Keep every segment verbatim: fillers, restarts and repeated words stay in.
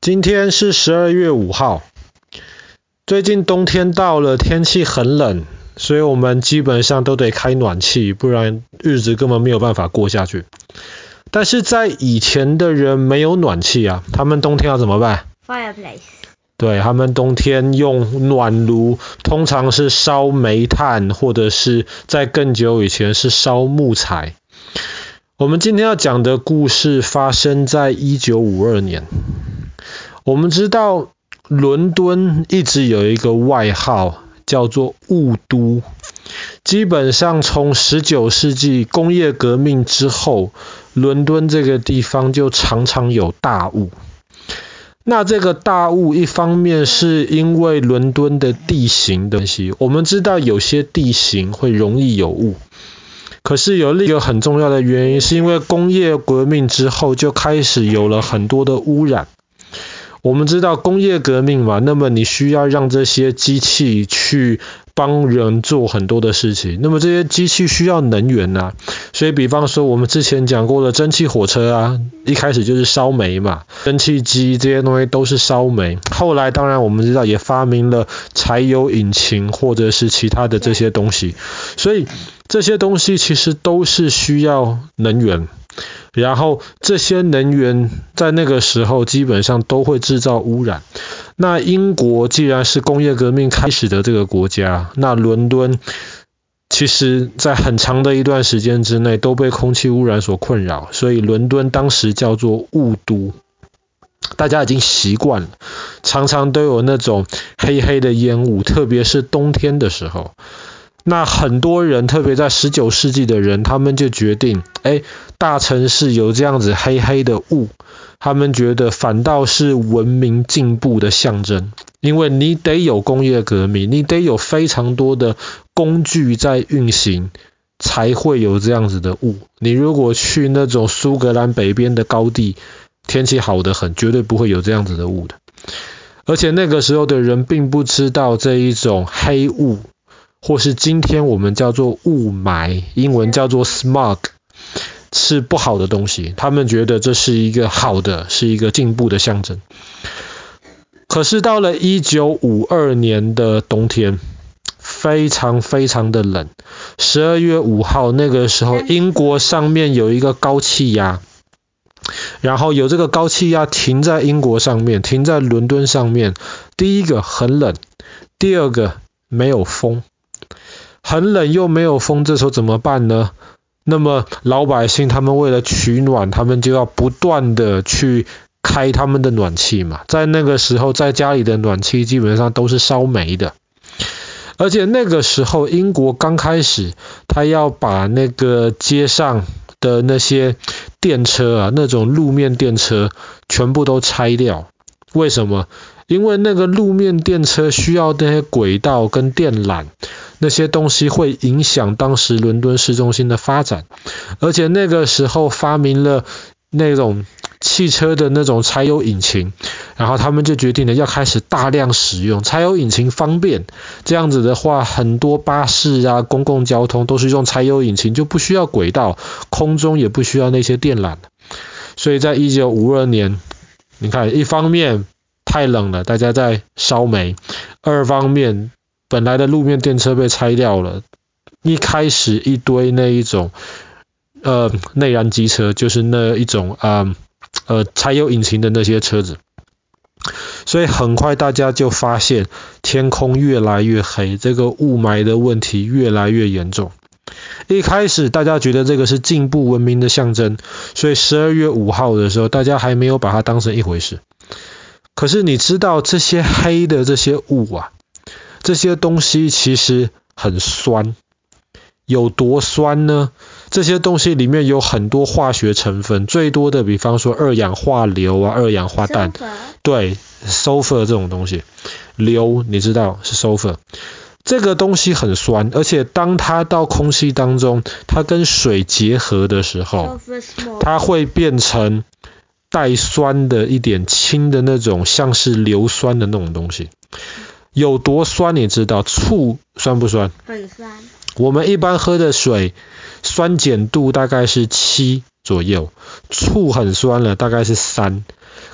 今天是十二月五号，最近冬天到了，天气很冷，所以我们基本上都得开暖气，不然日子根本没有办法过下去。但是在以前的人没有暖气啊，他们冬天要怎么办？ Fireplace。 对，他们冬天用暖炉，通常是烧煤炭，或者是在更久以前是烧木材。我们今天要讲的故事发生在一九五二年。我们知道伦敦一直有一个外号叫做雾都，基本上从十九世纪工业革命之后，伦敦这个地方就常常有大雾。那这个大雾一方面是因为伦敦的地形的关系，我们知道有些地形会容易有雾，可是有另一个很重要的原因，是因为工业革命之后就开始有了很多的污染。我们知道工业革命嘛，那么你需要让这些机器去帮人做很多的事情，那么这些机器需要能源啊，所以比方说我们之前讲过的蒸汽火车啊，一开始就是烧煤嘛，蒸汽机这些东西都是烧煤，后来当然我们知道也发明了柴油引擎或者是其他的这些东西，所以这些东西其实都是需要能源。然后这些能源在那个时候基本上都会制造污染。那英国既然是工业革命开始的这个国家，那伦敦其实在很长的一段时间之内都被空气污染所困扰，所以伦敦当时叫做雾都。大家已经习惯了，常常都有那种黑黑的烟雾，特别是冬天的时候。那很多人，特别在十九世纪的人，他们就决定，哎，大城市有这样子黑黑的雾，他们觉得反倒是文明进步的象征，因为你得有工业革命，你得有非常多的工具在运行，才会有这样子的雾。你如果去那种苏格兰北边的高地，天气好得很，绝对不会有这样子的雾的。而且那个时候的人并不知道这一种黑雾，或是今天我们叫做雾霾，英文叫做 smog， 是不好的东西，他们觉得这是一个好的，是一个进步的象征。可是到了一九五二年的冬天，非常非常的冷，十二月五号那个时候，英国上面有一个高气压，然后有这个高气压停在英国上面，停在伦敦上面。第一个很冷，第二个没有风。很冷又没有风，这时候怎么办呢？那么老百姓他们为了取暖，他们就要不断的去开他们的暖气嘛。在那个时候，在家里的暖气基本上都是烧煤的。而且那个时候英国刚开始，他要把那个街上的那些电车啊，那种路面电车全部都拆掉。为什么？因为那个路面电车需要那些轨道跟电缆，那些东西会影响当时伦敦市中心的发展。而且那个时候发明了那种汽车的那种柴油引擎，然后他们就决定了要开始大量使用柴油引擎，方便。这样子的话，很多巴士啊、公共交通都是用柴油引擎，就不需要轨道，空中也不需要那些电缆。所以在一九五二年，你看，一方面太冷了，大家在烧煤；二方面，本来的路面电车被拆掉了，一开始一堆那一种呃内燃机车，就是那一种呃呃柴油引擎的那些车子，所以很快大家就发现天空越来越黑，这个雾霾的问题越来越严重。一开始大家觉得这个是进步文明的象征，所以十二月五号的时候，大家还没有把它当成一回事。可是你知道这些黑的这些雾啊，这些东西其实很酸。有多酸呢？这些东西里面有很多化学成分，最多的比方说二氧化硫啊、二氧化氮，对 sulfur 这种东西，硫你知道是 sulfur， 这个东西很酸，而且当它到空气当中，它跟水结合的时候，它会变成带酸的一点轻的那种像是硫酸的那种东西。有多酸你知道？醋酸不酸？ 很酸。 我们一般喝的水酸碱度大概是七左右，醋很酸了，大概是三。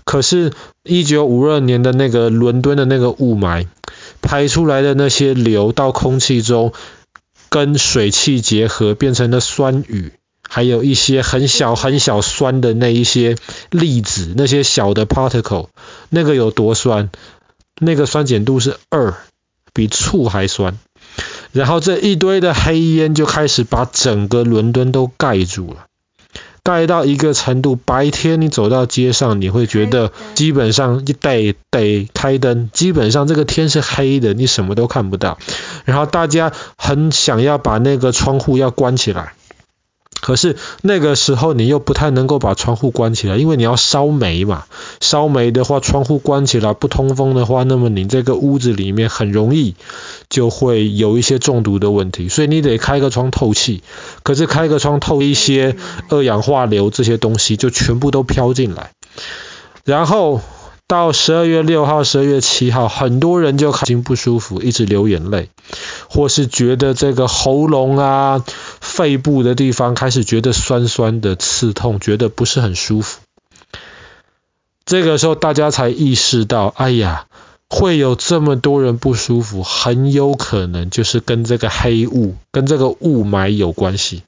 可是一九五二年的那个伦敦的那个雾霾排出来的那些硫到空气中跟水汽结合变成了酸雨，还有一些很小很小酸的那一些粒子，那些小的 particle， 那个有多酸？那个酸碱度是二，比醋还酸。然后这一堆的黑烟就开始把整个伦敦都盖住了，盖到一个程度，白天你走到街上，你会觉得基本上得得开灯，基本上这个天是黑的，你什么都看不到。然后大家很想要把那个窗户要关起来，可是那个时候你又不太能够把窗户关起来，因为你要烧煤嘛，烧煤的话窗户关起来不通风的话，那么你这个屋子里面很容易就会有一些中毒的问题，所以你得开个窗透气。可是开个窗透一些二氧化硫这些东西就全部都飘进来。然后到十二月六号、十二月七号，很多人就开始不舒服，一直流眼泪，或是觉得这个喉咙啊、肺部的地方开始觉得酸酸的刺痛，觉得不是很舒服。这个时候大家才意识到，哎呀，会有这么多人不舒服，很有可能就是跟这个黑雾、跟这个雾霾有关系。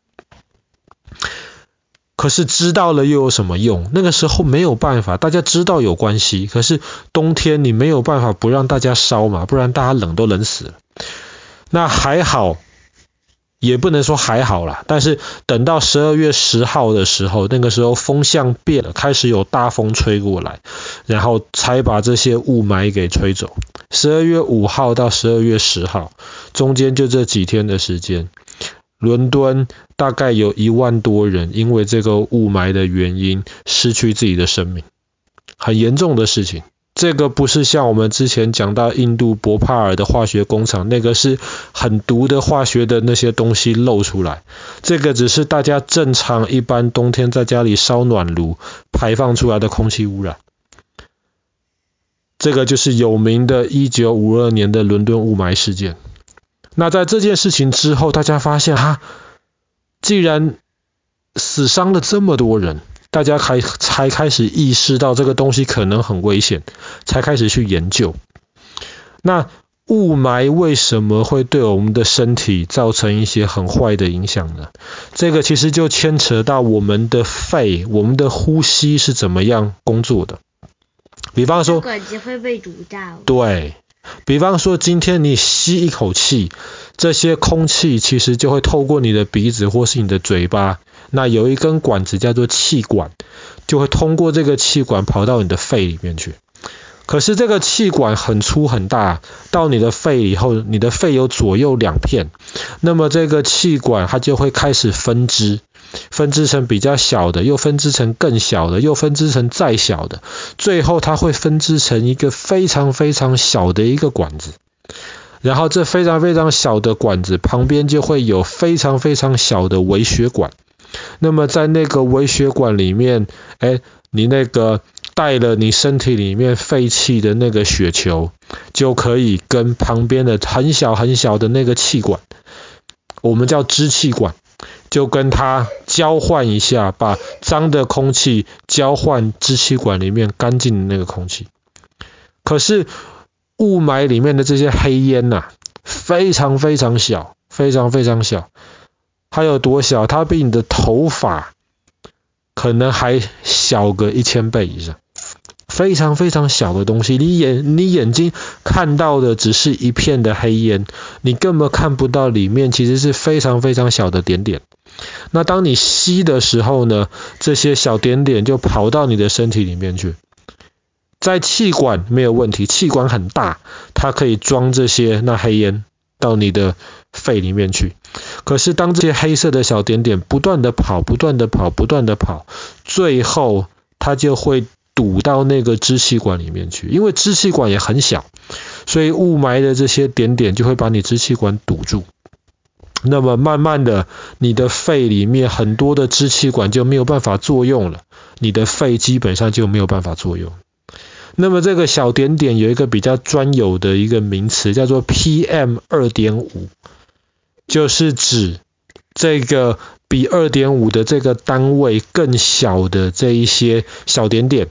可是知道了又有什么用？那个时候没有办法，大家知道有关系，可是冬天你没有办法不让大家烧嘛，不然大家冷都冷死了。那还好，也不能说还好啦，但是等到十二月十号的时候，那个时候风向变了，开始有大风吹过来，然后才把这些雾霾给吹走。十二月五号到十二月十号，中间就这几天的时间，伦敦大概有一万多人因为这个雾霾的原因失去自己的生命，很严重的事情。这个不是像我们之前讲到印度博帕尔的化学工厂，那个是很毒的化学的那些东西漏出来，这个只是大家正常一般冬天在家里烧暖炉排放出来的空气污染。这个就是有名的一九五二年的伦敦雾霾事件。那在这件事情之后，大家发现哈，既然死伤了这么多人，大家才才开始意识到这个东西可能很危险，才开始去研究。那雾霾为什么会对我们的身体造成一些很坏的影响呢？这个其实就牵扯到我们的肺，我们的呼吸是怎么样工作的。比方说， 管子会被阻罩。 对。比方说今天你吸一口气，这些空气其实就会透过你的鼻子或是你的嘴巴，那有一根管子叫做气管，就会通过这个气管跑到你的肺里面去。可是这个气管很粗很大，到你的肺以后，你的肺有左右两片，那么这个气管它就会开始分支，分支成比较小的，又分支成更小的，又分支成再小的，最后它会分支成一个非常非常小的一个管子。然后这非常非常小的管子旁边就会有非常非常小的微血管，那么在那个微血管里面，哎，你那个带了你身体里面废气的那个血球，就可以跟旁边的很小很小的那个气管，我们叫支气管，就跟它交换一下，把脏的空气交换支气管里面干净的那个空气。可是雾霾里面的这些黑烟呐、啊，非常非常小，非常非常小。它有多小？它比你的头发可能还小个一千倍以上，非常非常小的东西。你眼你眼睛看到的只是一片的黑烟，你根本看不到里面其实是非常非常小的点点。那当你吸的时候呢，这些小点点就跑到你的身体里面去。在气管没有问题，气管很大，它可以装这些那黑烟到你的肺里面去。可是当这些黑色的小点点不断的跑，不断的跑，不断的跑，最后它就会堵到那个支气管里面去。因为支气管也很小，所以雾霾的这些点点就会把你支气管堵住。那么慢慢的，你的肺里面很多的支气管就没有办法作用了，你的肺基本上就没有办法作用。那么这个小点点有一个比较专有的一个名词，叫做 P M 二点五， 就是指这个比 二点五 的这个单位更小的这一些小点点，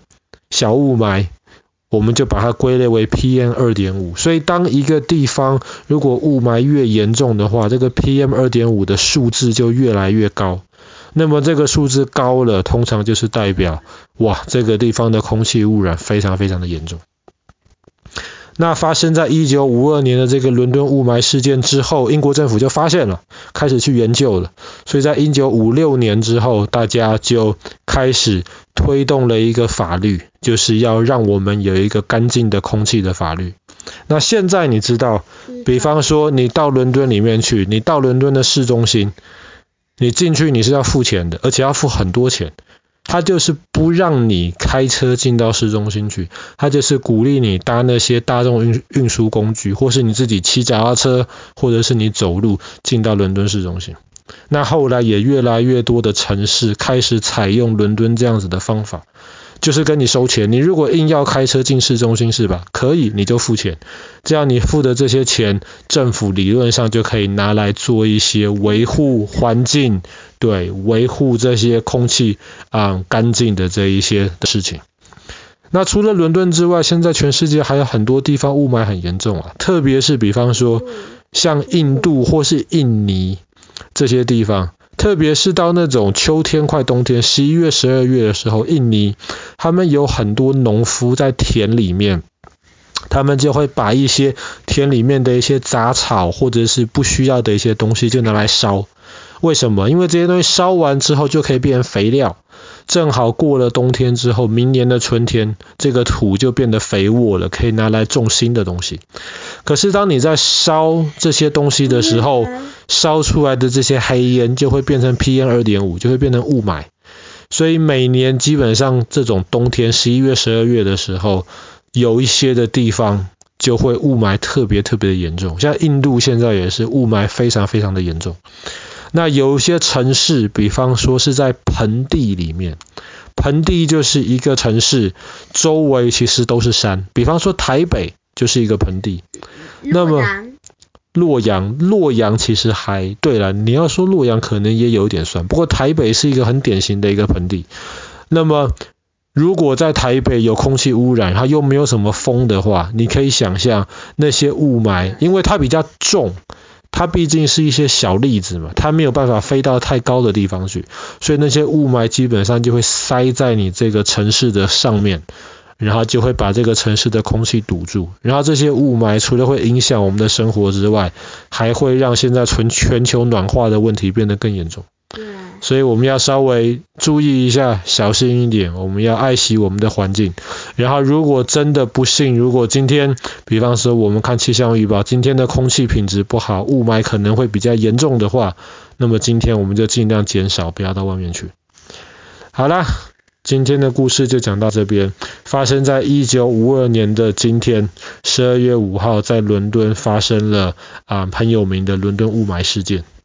小雾霾，我们就把它归类为 P M 二点五。 所以当一个地方如果雾霾越严重的话，这个 P M 二点五 的数字就越来越高。那么这个数字高了，通常就是代表哇，这个地方的空气污染非常非常的严重。那发生在一九五二年的这个伦敦雾霾事件之后，英国政府就发现了，开始去研究了。所以在一九五六年之后，大家就开始推动了一个法律，就是要让我们有一个干净的空气的法律。那现在你知道，比方说你到伦敦里面去，你到伦敦的市中心，你进去你是要付钱的，而且要付很多钱。他就是不让你开车进到市中心去，他就是鼓励你搭那些大众运运输工具，或是你自己骑脚踏车，或者是你走路进到伦敦市中心。那后来也越来越多的城市开始采用伦敦这样子的方法，就是跟你收钱。你如果硬要开车进市中心是吧？可以，你就付钱。这样你付的这些钱，政府理论上就可以拿来做一些维护环境，对，维护这些空气啊、嗯、干净的这一些的事情。那除了伦敦之外，现在全世界还有很多地方雾霾很严重啊，特别是比方说像印度或是印尼这些地方，特别是到那种秋天快冬天，十一月十二月的时候，印尼他们有很多农夫在田里面，他们就会把一些田里面的一些杂草或者是不需要的一些东西就拿来烧。为什么？因为这些东西烧完之后就可以变成肥料，正好过了冬天之后，明年的春天这个土就变得肥沃了，可以拿来种新的东西。可是当你在烧这些东西的时候，烧出来的这些黑烟就会变成 P M 二点五， 就会变成雾霾。所以每年基本上这种冬天十一月十二月的时候，有一些的地方就会雾霾特别特别的严重，像印度现在也是雾霾非常非常的严重。那有一些城市，比方说是在盆地里面，盆地就是一个城市周围其实都是山，比方说台北就是一个盆地。那么洛阳，洛阳其实还对了，你要说洛阳可能也有点算，不过台北是一个很典型的一个盆地。那么如果在台北有空气污染，它又没有什么风的话，你可以想象那些雾霾，因为它比较重，它毕竟是一些小粒子嘛，它没有办法飞到太高的地方去，所以那些雾霾基本上就会塞在你这个城市的上面，然后就会把这个城市的空气堵住。然后这些雾霾除了会影响我们的生活之外，还会让现在全全球暖化的问题变得更严重。所以我们要稍微注意一下，小心一点，我们要爱惜我们的环境。然后如果真的不幸，如果今天比方说我们看气象预报，今天的空气品质不好，雾霾可能会比较严重的话，那么今天我们就尽量减少，不要到外面去。好啦，今天的故事就讲到这边。发生在一九五二年的今天十二月五号，在伦敦发生了啊、呃、很有名的伦敦雾霾事件。